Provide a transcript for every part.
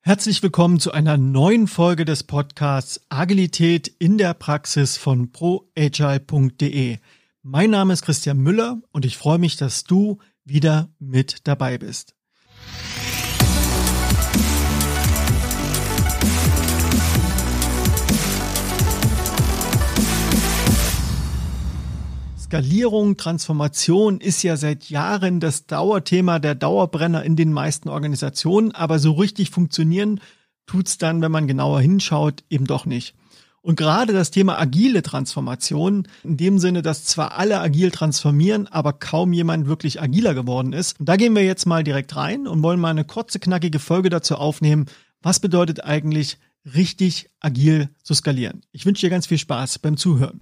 Herzlich willkommen zu einer neuen Folge des Podcasts Agilität in der Praxis von proagile.de. Mein Name ist Christian Müller und ich freue mich, dass du wieder mit dabei bist. Skalierung, Transformation ist ja seit Jahren das Dauerthema, der Dauerbrenner in den meisten Organisationen, aber so richtig funktionieren tut's dann, wenn man genauer hinschaut, eben doch nicht. Und gerade das Thema agile Transformation, in dem Sinne, dass zwar alle agil transformieren, aber kaum jemand wirklich agiler geworden ist. Und da gehen wir jetzt mal direkt rein und wollen mal eine kurze, knackige Folge dazu aufnehmen. Was bedeutet eigentlich, richtig agil zu skalieren? Ich wünsche dir ganz viel Spaß beim Zuhören.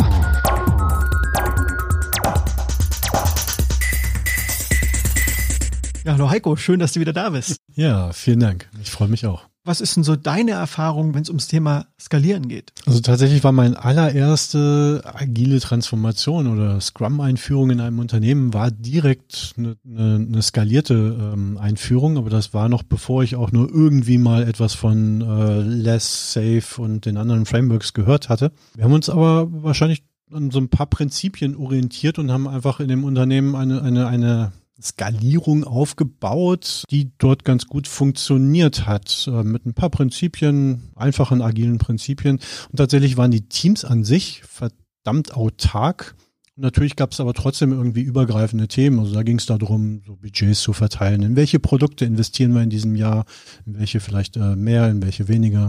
Ja, hallo Heiko, schön, dass du wieder da bist. Ja, vielen Dank. Ich freue mich auch. Was ist denn so deine Erfahrung, wenn es ums Thema Skalieren geht? Also tatsächlich war meine allererste agile Transformation oder Scrum-Einführung in einem Unternehmen war direkt eine skalierte Einführung, aber das war noch bevor ich auch nur irgendwie mal etwas von Less, Safe und den anderen Frameworks gehört hatte. Wir haben uns aber wahrscheinlich an so ein paar Prinzipien orientiert und haben einfach in dem Unternehmen eine Skalierung aufgebaut, die dort ganz gut funktioniert hat, mit ein paar Prinzipien, einfachen, agilen Prinzipien. Und tatsächlich waren die Teams an sich verdammt autark. Und natürlich gab es aber trotzdem irgendwie übergreifende Themen. Also da ging es darum, so Budgets zu verteilen. In welche Produkte investieren wir in diesem Jahr? In welche vielleicht mehr, in welche weniger?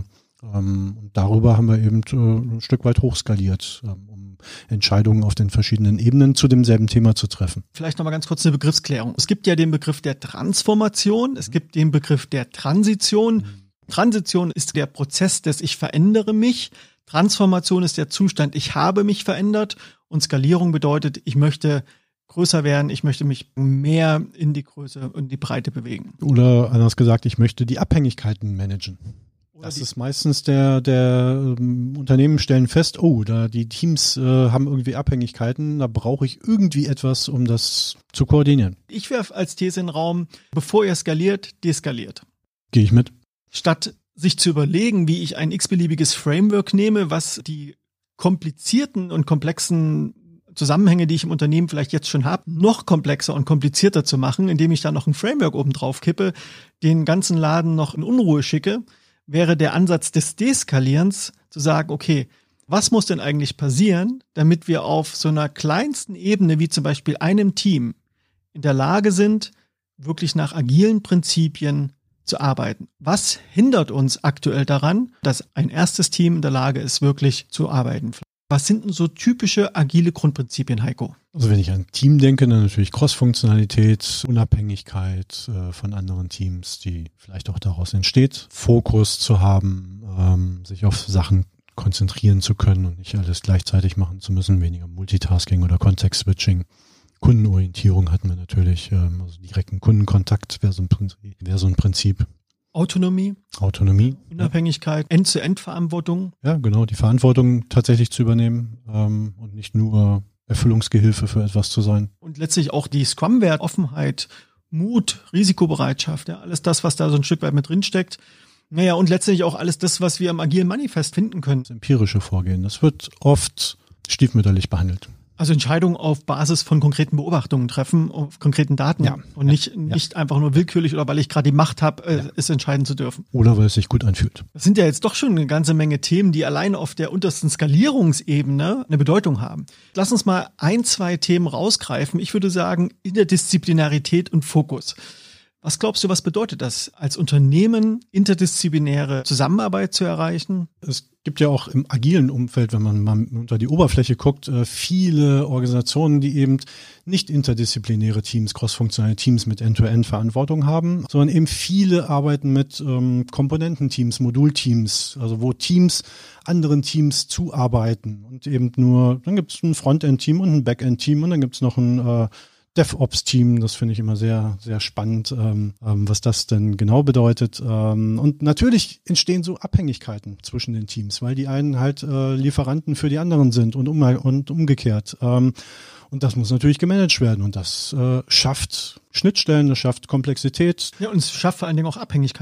Und darüber haben wir eben ein Stück weit hochskaliert, um Entscheidungen auf den verschiedenen Ebenen zu demselben Thema zu treffen. Vielleicht nochmal ganz kurz eine Begriffsklärung. Es gibt ja den Begriff der Transformation, es gibt den Begriff der Transition. Transition ist der Prozess des Ich verändere mich. Transformation ist der Zustand, ich habe mich verändert. Und Skalierung bedeutet, ich möchte größer werden, ich möchte mich mehr in die Größe und die Breite bewegen. Oder anders gesagt, ich möchte die Abhängigkeiten managen. Das ist meistens der Unternehmen stellen fest, da die Teams haben irgendwie Abhängigkeiten, da brauche ich irgendwie etwas, um das zu koordinieren. Ich werfe als These in den Raum, bevor ihr skaliert, deskaliert. Gehe ich mit. Statt sich zu überlegen, wie ich ein x-beliebiges Framework nehme, was die komplizierten und komplexen Zusammenhänge, die ich im Unternehmen vielleicht jetzt schon habe, noch komplexer und komplizierter zu machen, indem ich da noch ein Framework oben drauf kippe, den ganzen Laden noch in Unruhe schicke, wäre der Ansatz des Deskalierens zu sagen, okay, was muss denn eigentlich passieren, damit wir auf so einer kleinsten Ebene, wie zum Beispiel einem Team, in der Lage sind, wirklich nach agilen Prinzipien zu arbeiten? Was hindert uns aktuell daran, dass ein erstes Team in der Lage ist, wirklich zu arbeiten? Was sind denn so typische agile Grundprinzipien, Heiko? Also wenn ich an Team denke, dann natürlich Cross-Funktionalität, Unabhängigkeit von anderen Teams, die vielleicht auch daraus entsteht, Fokus zu haben, sich auf Sachen konzentrieren zu können und nicht alles gleichzeitig machen zu müssen, weniger Multitasking oder Context-Switching. Kundenorientierung hatten wir natürlich, also direkten Kundenkontakt wäre so ein Prinzip. Autonomie, Unabhängigkeit, End-zu-End-Verantwortung. Ja, genau, die Verantwortung tatsächlich zu übernehmen und nicht nur Erfüllungsgehilfe für etwas zu sein. Und letztlich auch die Scrum-Wert, Offenheit, Mut, Risikobereitschaft, ja, alles das, was da so ein Stück weit mit drin steckt. Naja, und letztlich auch alles das, was wir im agilen Manifest finden können. Das empirische Vorgehen, das wird oft stiefmütterlich behandelt. Also Entscheidungen auf Basis von konkreten Beobachtungen treffen, auf konkreten Daten und nicht einfach nur willkürlich oder weil ich gerade die Macht habe, es entscheiden zu dürfen. Oder weil es sich gut anfühlt. Das sind ja jetzt doch schon eine ganze Menge Themen, die alleine auf der untersten Skalierungsebene eine Bedeutung haben. Lass uns mal 1-2 Themen rausgreifen. Ich würde sagen, Interdisziplinarität und Fokus. Was glaubst du, was bedeutet das, als Unternehmen interdisziplinäre Zusammenarbeit zu erreichen? Es gibt ja auch im agilen Umfeld, wenn man mal unter die Oberfläche guckt, viele Organisationen, die eben nicht interdisziplinäre Teams, crossfunktionale Teams mit End-to-End-Verantwortung haben, sondern eben viele arbeiten mit Komponententeams, Modulteams, also wo Teams anderen Teams zuarbeiten und eben dann gibt es ein Frontend-Team und ein Backend-Team und dann gibt es noch ein DevOps-Team, das finde ich immer sehr, sehr spannend, was das denn genau bedeutet. Und natürlich entstehen so Abhängigkeiten zwischen den Teams, weil die einen halt Lieferanten für die anderen sind und umgekehrt. Und das muss natürlich gemanagt werden und das schafft Schnittstellen, das schafft Komplexität. Ja, und es schafft vor allen Dingen auch Abhängigkeiten.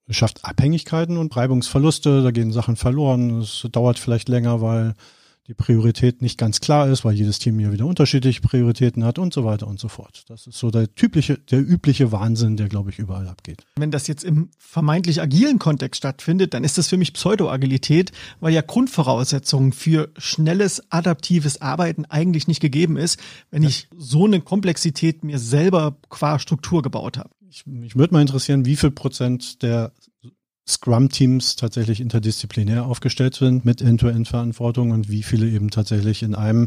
schafft Abhängigkeiten und Reibungsverluste, da gehen Sachen verloren, es dauert vielleicht länger, weil die Priorität nicht ganz klar ist, weil jedes Team ja wieder unterschiedliche Prioritäten hat und so weiter und so fort. Das ist so der übliche Wahnsinn, der, glaube ich, überall abgeht. Wenn das jetzt im vermeintlich agilen Kontext stattfindet, dann ist das für mich Pseudo-Agilität, weil ja Grundvoraussetzungen für schnelles, adaptives Arbeiten eigentlich nicht gegeben ist, wenn ich so eine Komplexität mir selber qua Struktur gebaut habe. Mich würde mal interessieren, wie viel % der Scrum-Teams tatsächlich interdisziplinär aufgestellt sind mit End-to-End-Verantwortung und wie viele eben tatsächlich in einem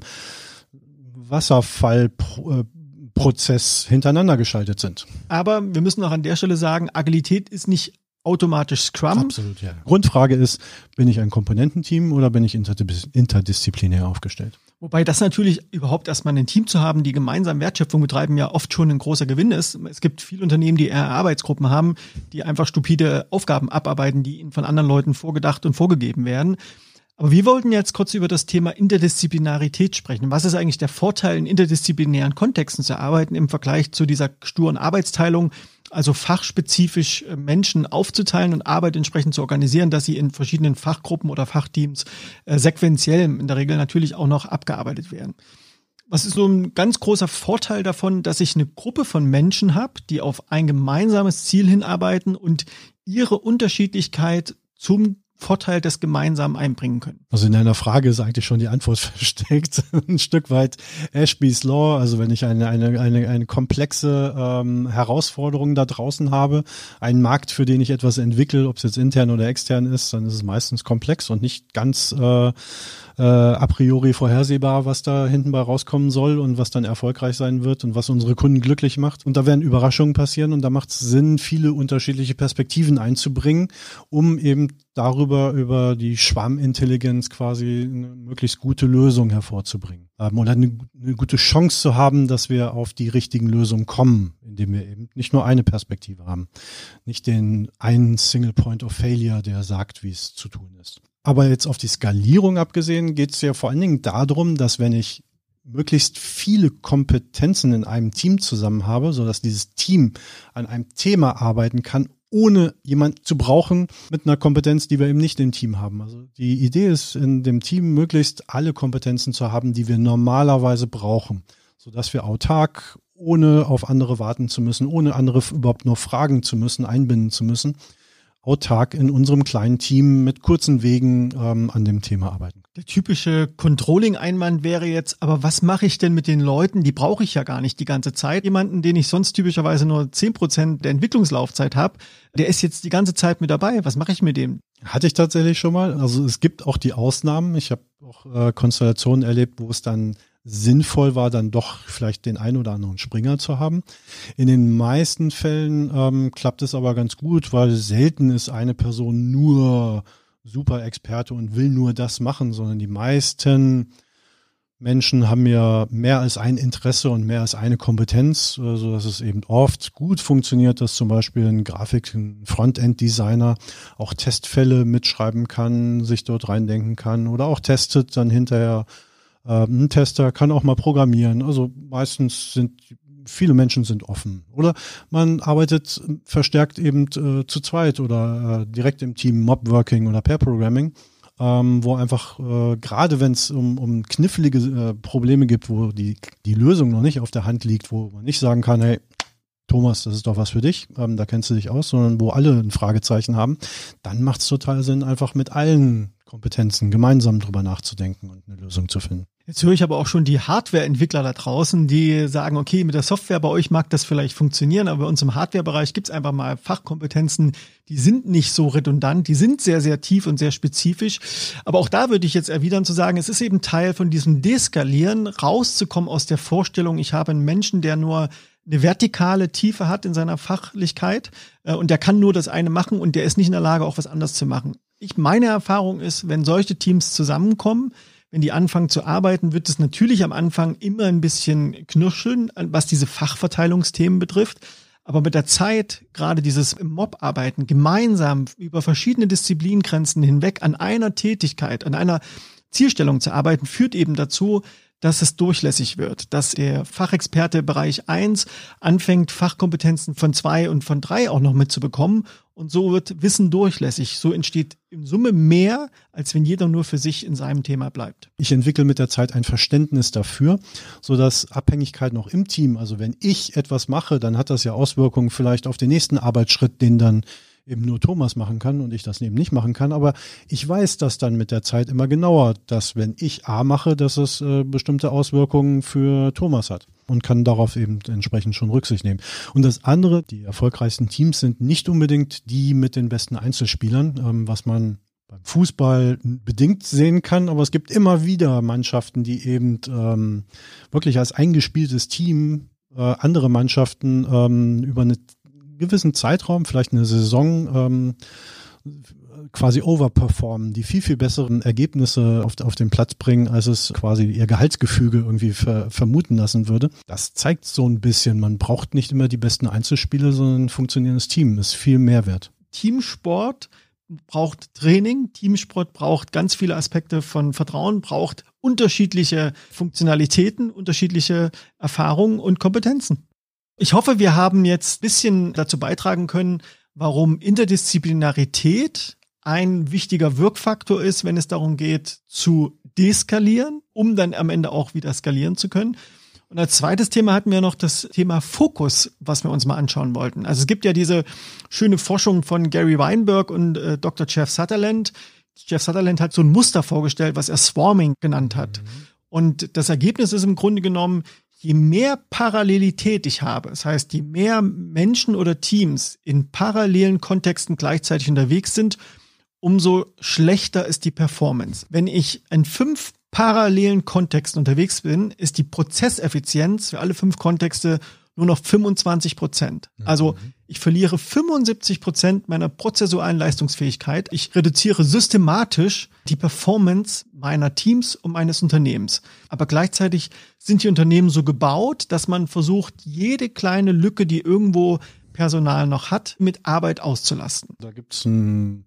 Wasserfallprozess hintereinander geschaltet sind. Aber wir müssen auch an der Stelle sagen, Agilität ist nicht automatisch Scrum. Absolut, ja. Grundfrage ist, bin ich ein Komponententeam oder bin ich interdisziplinär aufgestellt? Wobei das natürlich überhaupt erstmal ein Team zu haben, die gemeinsam Wertschöpfung betreiben, ja oft schon ein großer Gewinn ist. Es gibt viele Unternehmen, die eher Arbeitsgruppen haben, die einfach stupide Aufgaben abarbeiten, die ihnen von anderen Leuten vorgedacht und vorgegeben werden. Aber wir wollten jetzt kurz über das Thema Interdisziplinarität sprechen. Was ist eigentlich der Vorteil, in interdisziplinären Kontexten zu arbeiten im Vergleich zu dieser sturen Arbeitsteilung? Also fachspezifisch Menschen aufzuteilen und Arbeit entsprechend zu organisieren, dass sie in verschiedenen Fachgruppen oder Fachteams sequenziell in der Regel natürlich auch noch abgearbeitet werden. Was ist so ein ganz großer Vorteil davon, dass ich eine Gruppe von Menschen habe, die auf ein gemeinsames Ziel hinarbeiten und ihre Unterschiedlichkeit zum Vorteil des Gemeinsamen einbringen können? Also in deiner Frage ist eigentlich schon die Antwort versteckt. Ein Stück weit Ashby's Law. Also wenn ich eine komplexe Herausforderung da draußen habe, einen Markt, für den ich etwas entwickle, ob es jetzt intern oder extern ist, dann ist es meistens komplex und nicht ganz a priori vorhersehbar, was da hinten bei rauskommen soll und was dann erfolgreich sein wird und was unsere Kunden glücklich macht. Und da werden Überraschungen passieren und da macht es Sinn, viele unterschiedliche Perspektiven einzubringen, um eben über die Schwarmintelligenz quasi eine möglichst gute Lösung hervorzubringen. Oder eine gute Chance zu haben, dass wir auf die richtigen Lösungen kommen, indem wir eben nicht nur eine Perspektive haben. Nicht den einen Single Point of Failure, der sagt, wie es zu tun ist. Aber jetzt auf die Skalierung abgesehen, geht es ja vor allen Dingen darum, dass wenn ich möglichst viele Kompetenzen in einem Team zusammen habe, sodass dieses Team an einem Thema arbeiten kann, ohne jemand zu brauchen mit einer Kompetenz, die wir eben nicht im Team haben. Also die Idee ist, in dem Team möglichst alle Kompetenzen zu haben, die wir normalerweise brauchen, sodass wir autark, ohne auf andere warten zu müssen, ohne andere überhaupt nur fragen zu müssen, einbinden zu müssen, autark in unserem kleinen Team mit kurzen Wegen an dem Thema arbeiten. Der typische Controlling-Einwand wäre jetzt, aber was mache ich denn mit den Leuten? Die brauche ich ja gar nicht die ganze Zeit. Jemanden, den ich sonst typischerweise nur 10% der Entwicklungslaufzeit habe, der ist jetzt die ganze Zeit mit dabei. Was mache ich mit dem? Hatte ich tatsächlich schon mal. Also es gibt auch die Ausnahmen. Ich habe auch Konstellationen erlebt, wo es dann sinnvoll war, dann doch vielleicht den einen oder anderen Springer zu haben. In den meisten Fällen klappt es aber ganz gut, weil selten ist eine Person nur super Experte und will nur das machen, sondern die meisten Menschen haben ja mehr als ein Interesse und mehr als eine Kompetenz, so dass es eben oft gut funktioniert, dass zum Beispiel ein Frontend-Designer auch Testfälle mitschreiben kann, sich dort reindenken kann oder auch testet dann hinterher. Ein Tester kann auch mal programmieren. Also meistens viele Menschen sind offen. Oder man arbeitet verstärkt eben zu zweit oder direkt im Team Mobworking oder Pair-Programming, wo einfach gerade wenn es um knifflige Probleme gibt, wo die Lösung noch nicht auf der Hand liegt, wo man nicht sagen kann, hey, Thomas, das ist doch was für dich, da kennst du dich aus, sondern wo alle ein Fragezeichen haben, dann macht es total Sinn, einfach mit allen Kompetenzen gemeinsam drüber nachzudenken und eine Lösung zu finden. Jetzt höre ich aber auch schon die Hardware-Entwickler da draußen, die sagen, okay, mit der Software bei euch mag das vielleicht funktionieren, aber bei uns im Hardware-Bereich gibt es einfach mal Fachkompetenzen, die sind nicht so redundant, die sind sehr, sehr tief und sehr spezifisch. Aber auch da würde ich jetzt erwidern zu sagen, es ist eben Teil von diesem Deskalieren, rauszukommen aus der Vorstellung, ich habe einen Menschen, der nur eine vertikale Tiefe hat in seiner Fachlichkeit und der kann nur das eine machen und der ist nicht in der Lage, auch was anderes zu machen. Meine Erfahrung ist, wenn solche Teams zusammenkommen, wenn die anfangen zu arbeiten, wird es natürlich am Anfang immer ein bisschen knirscheln, was diese Fachverteilungsthemen betrifft. Aber mit der Zeit, gerade dieses Mob-Arbeiten, gemeinsam über verschiedene Disziplingrenzen hinweg an einer Tätigkeit, an einer Zielstellung zu arbeiten, führt eben dazu, dass es durchlässig wird, dass der Fachexperte Bereich 1 anfängt, Fachkompetenzen von 2 und von 3 auch noch mitzubekommen. Und so wird Wissen durchlässig. So entsteht in Summe mehr, als wenn jeder nur für sich in seinem Thema bleibt. Ich entwickle mit der Zeit ein Verständnis dafür, sodass Abhängigkeit noch im Team, also wenn ich etwas mache, dann hat das ja Auswirkungen vielleicht auf den nächsten Arbeitsschritt, den dann eben nur Thomas machen kann und ich das eben nicht machen kann. Aber ich weiß das dann mit der Zeit immer genauer, dass wenn ich A mache, dass es bestimmte Auswirkungen für Thomas hat und kann darauf eben entsprechend schon Rücksicht nehmen. Und das andere, die erfolgreichsten Teams sind nicht unbedingt die mit den besten Einzelspielern, was man beim Fußball bedingt sehen kann, aber es gibt immer wieder Mannschaften, die eben wirklich als eingespieltes Team andere Mannschaften über eine gewissen Zeitraum, vielleicht eine Saison, quasi overperformen, die viel, viel besseren Ergebnisse auf den Platz bringen, als es quasi ihr Gehaltsgefüge irgendwie vermuten lassen würde. Das zeigt so ein bisschen, man braucht nicht immer die besten Einzelspiele, sondern ein funktionierendes Team ist viel Mehrwert. Teamsport braucht Training, Teamsport braucht ganz viele Aspekte von Vertrauen, braucht unterschiedliche Funktionalitäten, unterschiedliche Erfahrungen und Kompetenzen. Ich hoffe, wir haben jetzt ein bisschen dazu beitragen können, warum Interdisziplinarität ein wichtiger Wirkfaktor ist, wenn es darum geht, zu deskalieren, um dann am Ende auch wieder skalieren zu können. Und als zweites Thema hatten wir noch das Thema Fokus, was wir uns mal anschauen wollten. Also es gibt ja diese schöne Forschung von Gary Weinberg und Dr. Jeff Sutherland. Jeff Sutherland hat so ein Muster vorgestellt, was er Swarming genannt hat. Und das Ergebnis ist im Grunde genommen, je mehr Parallelität ich habe, das heißt, je mehr Menschen oder Teams in parallelen Kontexten gleichzeitig unterwegs sind, umso schlechter ist die Performance. Wenn ich in 5 parallelen Kontexten unterwegs bin, ist die Prozesseffizienz für alle 5 Kontexte nur noch 25%. Also ich verliere 75% meiner prozessualen Leistungsfähigkeit. Ich reduziere systematisch die Performance meiner Teams und meines Unternehmens. Aber gleichzeitig sind die Unternehmen so gebaut, dass man versucht, jede kleine Lücke, die irgendwo Personal noch hat, mit Arbeit auszulasten. Da gibt's einen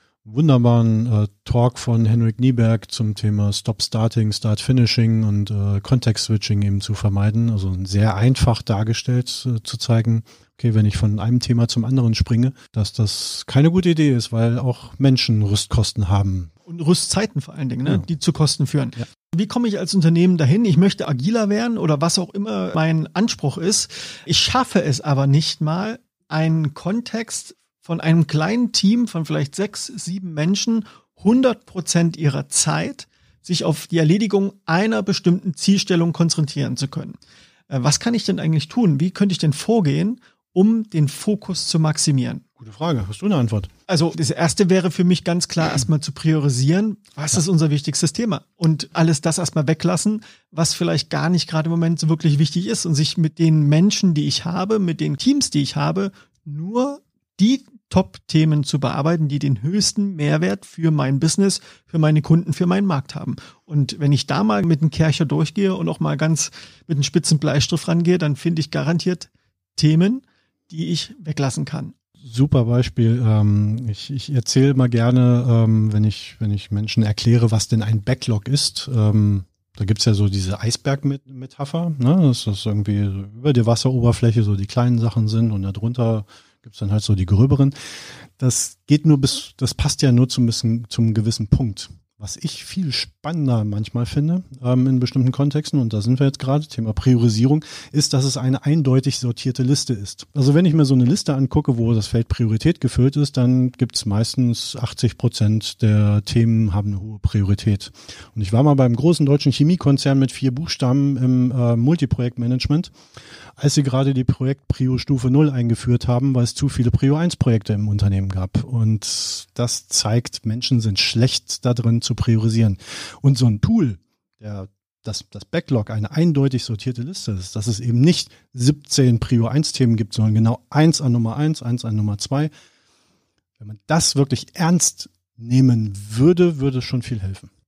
wunderbaren Talk von Henrik Nieberg zum Thema Stop Starting, Start Finishing und Context Switching eben zu vermeiden. Also sehr einfach dargestellt zu zeigen, okay, wenn ich von einem Thema zum anderen springe, dass das keine gute Idee ist, weil auch Menschen Rüstkosten haben. Und Rüstzeiten vor allen Dingen, ne, die zu Kosten führen. Ja. Wie komme ich als Unternehmen dahin? Ich möchte agiler werden oder was auch immer mein Anspruch ist. Ich schaffe es aber nicht mal, einen Kontext von einem kleinen Team von vielleicht 6, 7 Menschen 100% ihrer Zeit sich auf die Erledigung einer bestimmten Zielstellung konzentrieren zu können. Was kann ich denn eigentlich tun? Wie könnte ich denn vorgehen, um den Fokus zu maximieren? Gute Frage. Hast du eine Antwort? Also das erste wäre für mich ganz klar erstmal zu priorisieren, was ist unser wichtigstes Thema? Und alles das erstmal weglassen, was vielleicht gar nicht gerade im Moment so wirklich wichtig ist und sich mit den Menschen, die ich habe, mit den Teams, die ich habe, nur die Top-Themen zu bearbeiten, die den höchsten Mehrwert für mein Business, für meine Kunden, für meinen Markt haben. Und wenn ich da mal mit einem Kercher durchgehe und auch mal ganz mit einem spitzen Bleistift rangehe, dann finde ich garantiert Themen, die ich weglassen kann. Super Beispiel. Ich erzähle mal gerne, wenn ich Menschen erkläre, was denn ein Backlog ist. Da gibt's ja so diese Eisberg-Metapher, ne? Dass das irgendwie so über der Wasseroberfläche so die kleinen Sachen sind und darunter gibt's dann halt so die gröberen. Das passt ja nur zum gewissen Punkt. Was ich viel spannender manchmal finde, in bestimmten Kontexten, und da sind wir jetzt gerade, Thema Priorisierung, ist, dass es eine eindeutig sortierte Liste ist. Also wenn ich mir so eine Liste angucke, wo das Feld Priorität gefüllt ist, dann gibt's meistens 80% der Themen haben eine hohe Priorität. Und ich war mal beim großen deutschen Chemiekonzern mit 4 Buchstaben im Multiprojektmanagement, als sie gerade die Projekt Prio Stufe 0 eingeführt haben, weil es zu viele Prio 1 Projekte im Unternehmen gab. Und das zeigt, Menschen sind schlecht da drin zu priorisieren. Und so ein Tool, das Backlog eine eindeutig sortierte Liste ist, dass es eben nicht 17 Prio 1 Themen gibt, sondern genau 1 an Nummer 1, 1 an Nummer 2. Wenn man das wirklich ernst nehmen würde, würde es schon viel helfen.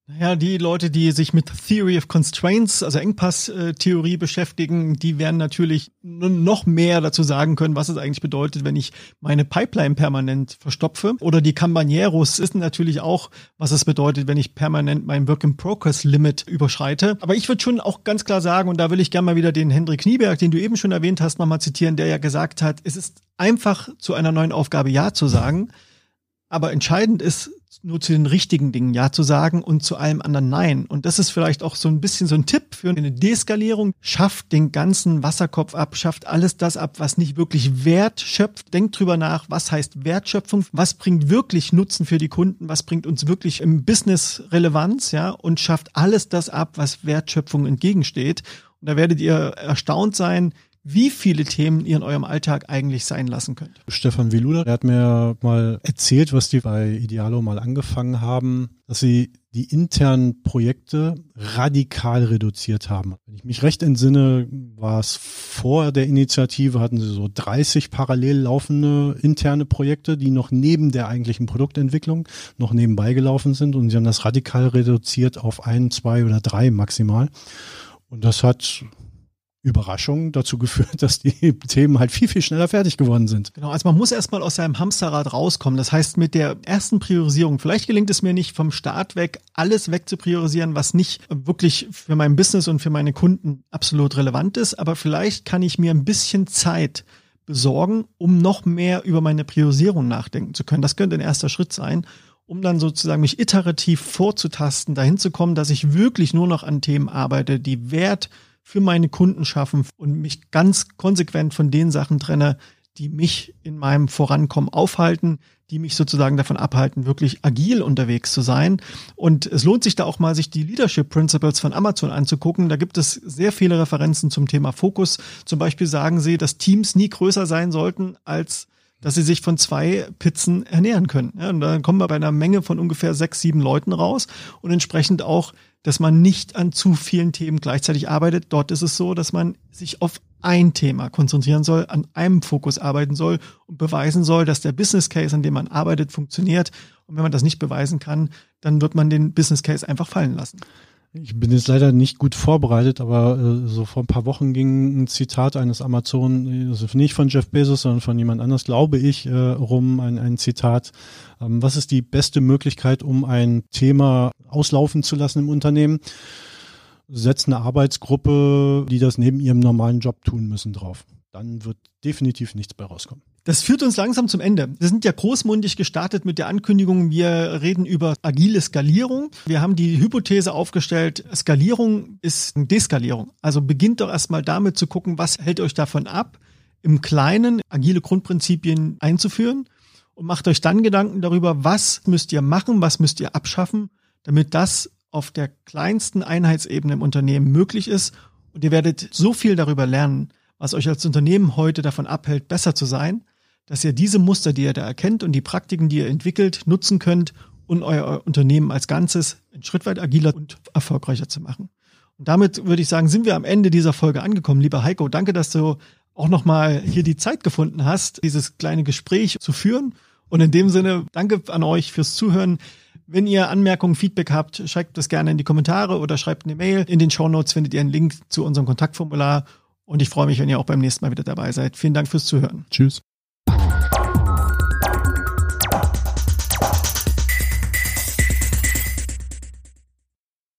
Naja, die Leute, die sich mit Theory of Constraints, also Engpass-Theorie beschäftigen, die werden natürlich noch mehr dazu sagen können, was es eigentlich bedeutet, wenn ich meine Pipeline permanent verstopfe. Oder die Campaneros wissen natürlich auch, was es bedeutet, wenn ich permanent mein Work-in-Progress-Limit überschreite. Aber ich würde schon auch ganz klar sagen, und da will ich gerne mal wieder den Hendrik Knieberg, den du eben schon erwähnt hast, nochmal zitieren, der ja gesagt hat, es ist einfach, zu einer neuen Aufgabe Ja zu sagen, aber entscheidend ist, nur zu den richtigen Dingen Ja zu sagen und zu allem anderen Nein. Und das ist vielleicht auch so ein bisschen so ein Tipp für eine Deskalierung. Schafft den ganzen Wasserkopf ab, schafft alles das ab, was nicht wirklich Wert schöpft. Denkt drüber nach, was heißt Wertschöpfung, was bringt wirklich Nutzen für die Kunden, was bringt uns wirklich im Business Relevanz, ja, und schafft alles das ab, was Wertschöpfung entgegensteht. Und da werdet ihr erstaunt sein, wie viele Themen ihr in eurem Alltag eigentlich sein lassen könnt. Stefan Wiluder, der hat mir mal erzählt, was die bei Idealo mal angefangen haben, dass sie die internen Projekte radikal reduziert haben. Wenn ich mich recht entsinne, war es vor der Initiative, hatten sie so 30 parallel laufende interne Projekte, die noch neben der eigentlichen Produktentwicklung noch nebenbei gelaufen sind, und sie haben das radikal reduziert auf 1, 2 oder 3 maximal. Und das hat Überraschung dazu geführt, dass die Themen halt viel, viel schneller fertig geworden sind. Genau, also man muss erstmal aus seinem Hamsterrad rauskommen. Das heißt, mit der ersten Priorisierung, vielleicht gelingt es mir nicht vom Start weg, alles wegzupriorisieren, was nicht wirklich für mein Business und für meine Kunden absolut relevant ist, aber vielleicht kann ich mir ein bisschen Zeit besorgen, um noch mehr über meine Priorisierung nachdenken zu können. Das könnte ein erster Schritt sein, um dann sozusagen mich iterativ vorzutasten, dahin zu kommen, dass ich wirklich nur noch an Themen arbeite, die Wert für meine Kunden schaffen und mich ganz konsequent von den Sachen trenne, die mich in meinem Vorankommen aufhalten, die mich sozusagen davon abhalten, wirklich agil unterwegs zu sein. Und es lohnt sich da auch mal, sich die Leadership Principles von Amazon anzugucken. Da gibt es sehr viele Referenzen zum Thema Fokus. Zum Beispiel sagen sie, dass Teams nie größer sein sollten, als dass sie sich von 2 Pizzen ernähren können. Ja, und dann kommen wir bei einer Menge von ungefähr 6, 7 Leuten raus und entsprechend auch, dass man nicht an zu vielen Themen gleichzeitig arbeitet. Dort ist es so, dass man sich auf ein Thema konzentrieren soll, an einem Fokus arbeiten soll und beweisen soll, dass der Business Case, an dem man arbeitet, funktioniert. Und wenn man das nicht beweisen kann, dann wird man den Business Case einfach fallen lassen. Ich bin jetzt leider nicht gut vorbereitet, aber so vor ein paar Wochen ging ein Zitat eines Amazon, also nicht von Jeff Bezos, sondern von jemand anders, glaube ich, rum, ein Zitat. Was ist die beste Möglichkeit, um ein Thema auslaufen zu lassen im Unternehmen? Setzt eine Arbeitsgruppe, die das neben ihrem normalen Job tun müssen, drauf. Dann wird definitiv nichts bei rauskommen. Das führt uns langsam zum Ende. Wir sind ja großmundig gestartet mit der Ankündigung, wir reden über agile Skalierung. Wir haben die Hypothese aufgestellt, Skalierung ist Deskalierung. Also beginnt doch erstmal damit zu gucken, was hält euch davon ab, im Kleinen agile Grundprinzipien einzuführen, und macht euch dann Gedanken darüber, was müsst ihr machen, was müsst ihr abschaffen, damit das auf der kleinsten Einheitsebene im Unternehmen möglich ist. Und ihr werdet so viel darüber lernen, was euch als Unternehmen heute davon abhält, besser zu sein, dass ihr diese Muster, die ihr da erkennt, und die Praktiken, die ihr entwickelt, nutzen könnt, um euer Unternehmen als Ganzes einen Schritt weit agiler und erfolgreicher zu machen. Und damit würde ich sagen, sind wir am Ende dieser Folge angekommen. Lieber Heiko, danke, dass du auch nochmal hier die Zeit gefunden hast, dieses kleine Gespräch zu führen. Und in dem Sinne, danke an euch fürs Zuhören. Wenn ihr Anmerkungen, Feedback habt, schreibt das gerne in die Kommentare oder schreibt eine Mail. In den Shownotes findet ihr einen Link zu unserem Kontaktformular. Und ich freue mich, wenn ihr auch beim nächsten Mal wieder dabei seid. Vielen Dank fürs Zuhören. Tschüss.